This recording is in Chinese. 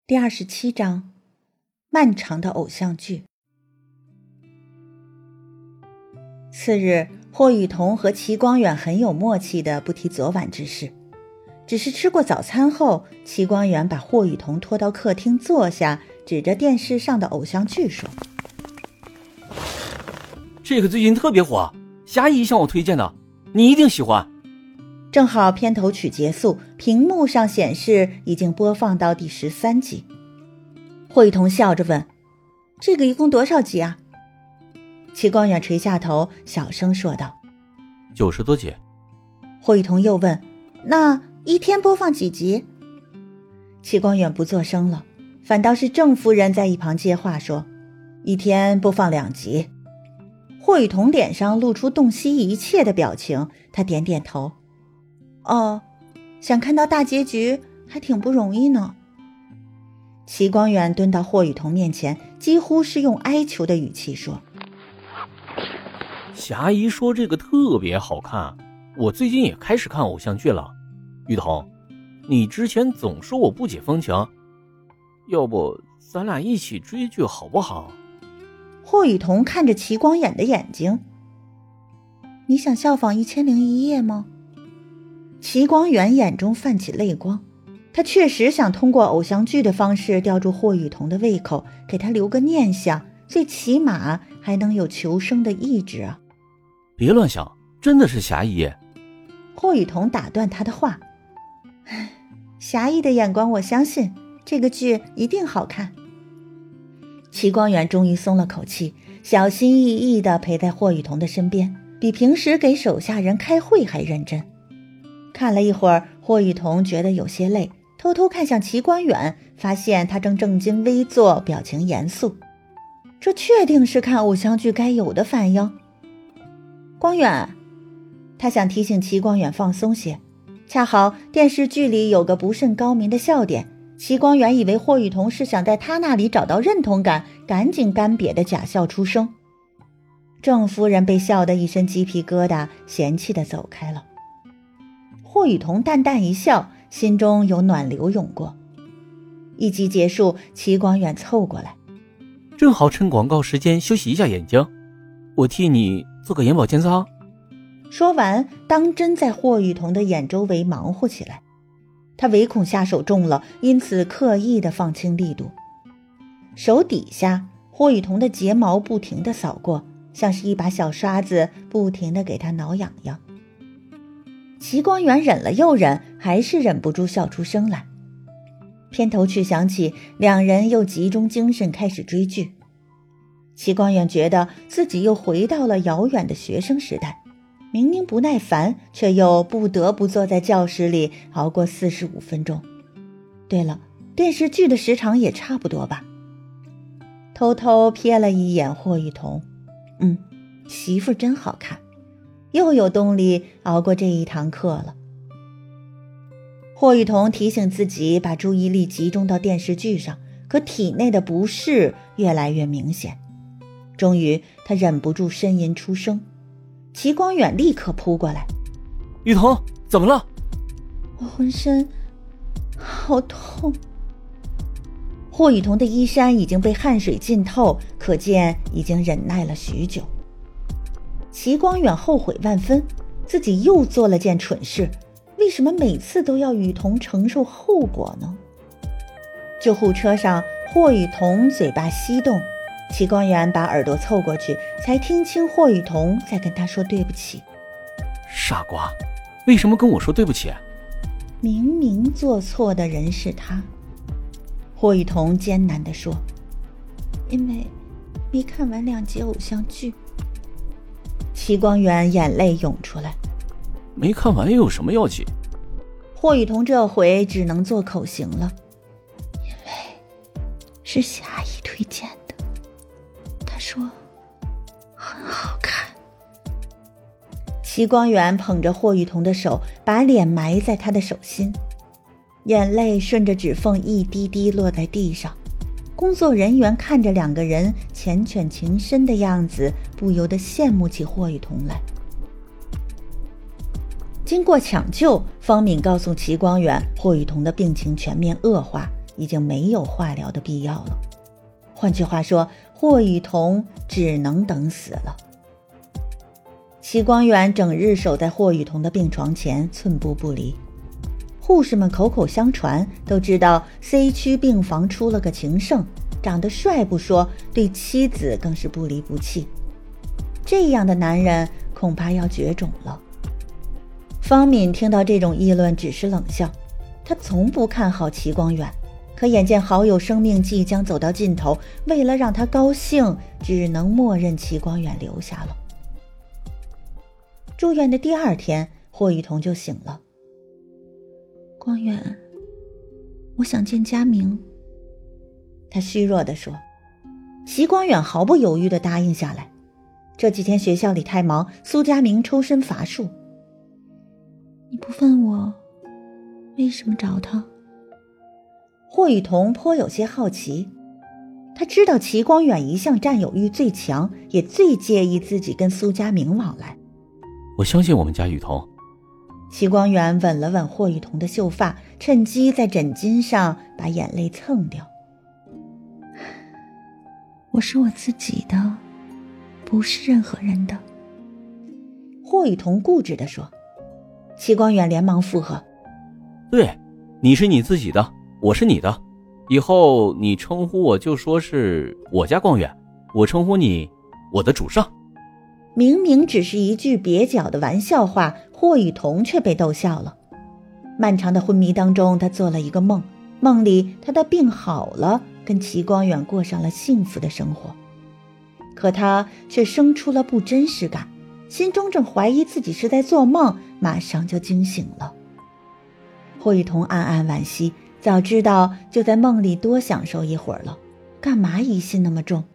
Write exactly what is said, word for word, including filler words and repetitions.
第二十七章，漫长的偶像剧。次日，霍雨桐和齐光远很有默契地不提昨晚之事，只是吃过早餐后，齐光远把霍雨桐拖到客厅坐下，指着电视上的偶像剧说： 这个最近特别火，霞姨向我推荐的，你一定喜欢。 正好片头曲结束，屏幕上显示已经播放到第十三集。霍雨桐笑着问：这个一共多少集啊？齐光远垂下头，小声说道： 九十多集。 霍雨桐又问：那一天播放几集？齐光远不作声了，反倒是郑夫人在一旁接话说：一天播放两集。霍雨桐脸上露出洞悉一切的表情，他点点头：哦，想看到大结局还挺不容易呢。齐光远蹲到霍雨桐面前，几乎是用哀求的语气说： 霞姨说这个特别好看，我最近也开始看偶像剧了。雨桐，你之前总说我不解风情，要不咱俩一起追剧好不好？ 霍雨桐看着齐光远的眼睛：你想效仿一千零一夜吗？齐光远眼中泛起泪光，他确实想通过偶像剧的方式吊住霍雨桐的胃口，给他留个念想，最起码还能有求生的意志啊。 别乱想，真的是霞姨。 霍雨桐打断他的话：霞姨的眼光我相信，这个剧一定好看。齐光远终于松了口气，小心翼翼地陪在霍雨桐的身边，比平时给手下人开会还认真。看了一会儿，霍雨桐觉得有些累，偷偷看向齐光远，发现他正正襟危坐，表情严肃。这确定是看偶像剧该有的反应。光远，他想提醒齐光远放松些，恰好电视剧里有个不甚高明的笑点，齐光远以为霍雨桐是想在他那里找到认同感，赶紧干瘪的假笑出声。郑夫人被笑得一身鸡皮疙瘩，嫌弃地走开了。霍雨桐淡淡一笑，心中有暖流涌过。一集结束，齐光远凑过来： 正好趁广告时间休息一下眼睛，我替你做个眼保健操。 说完，当真在霍雨桐的眼周围忙活起来。他唯恐下手重了，因此刻意地放轻力度。手底下，霍雨桐的睫毛不停地扫过，像是一把小刷子，不停地给他挠痒痒。齐光远忍了又忍，还是忍不住笑出声来。片头曲响起，两人又集中精神开始追剧。齐光远觉得自己又回到了遥远的学生时代，明明不耐烦，却又不得不坐在教室里熬过四十五分钟。对了，电视剧的时长也差不多吧。偷偷瞥了一眼霍雨桐，嗯，媳妇真好看，又有动力熬过这一堂课了。霍雨桐提醒自己把注意力集中到电视剧上，可体内的不适越来越明显。终于他忍不住呻吟出声。齐光远立刻扑过来： 雨桐，怎么了？ 我浑身好痛。霍雨桐的衣衫已经被汗水浸透，可见已经忍耐了许久。齐光远后悔万分，自己又做了件蠢事，为什么每次都要雨桐承受后果呢？救护车上，霍雨桐嘴巴翕动，齐光远把耳朵凑过去，才听清霍雨桐在跟他说对不起。 傻瓜，为什么跟我说对不起？ 明明做错的人是他。霍雨桐艰难地说：因为没看完两集偶像剧。齐光远眼泪涌出来： 没看完又有什么要紧？ 霍雨桐这回只能做口型了：因为是霞姨推荐的，她说很好看。齐光远捧着霍雨桐的手，把脸埋在她的手心，眼泪顺着指缝一滴滴落在地上。工作人员看着两个人缱绻情深的样子，不由得羡慕起霍雨桐来。经过抢救，方敏告诉齐光远，霍雨桐的病情全面恶化， 已经没有化疗的必要了。换句话说，霍雨桐只能等死了。齐光远整日守在霍雨桐的病床前，寸步不离。护士们口口相传，都知道 C 区病房出了个情圣，长得帅不说，对妻子更是不离不弃。这样的男人恐怕要绝种了。方敏听到这种议论只是冷笑，他从不看好齐光远，可眼见好友生命即将走到尽头，为了让他高兴，只能默认齐光远留下了。住院的第二天，霍雨桐就醒了。光远，我想见佳明。他虚弱地说。齐光远毫不犹豫地答应下来。这几天学校里太忙，苏佳明抽身乏术。你不问我为什么找他？霍雨桐颇有些好奇。他知道齐光远一向占有欲最强，也最介意自己跟苏佳明往来。 我相信我们家雨桐。 齐光远吻了吻霍雨桐的秀发，趁机在枕巾上把眼泪蹭掉。我是我自己的，不是任何人的。霍雨桐固执地说。齐光远连忙附和。 对，你是你自己的，我是你的，以后你称呼我就说是我家光远，我称呼你我的主上。 明明只是一句蹩脚的玩笑话，霍雨桐却被逗笑了。漫长的昏迷当中，他做了一个梦，梦里他的病好了，跟齐光远过上了幸福的生活。可他却生出了不真实感，心中正怀疑自己是在做梦，马上就惊醒了。霍雨桐暗暗惋惜，早知道就在梦里多享受一会儿了，干嘛疑心那么重？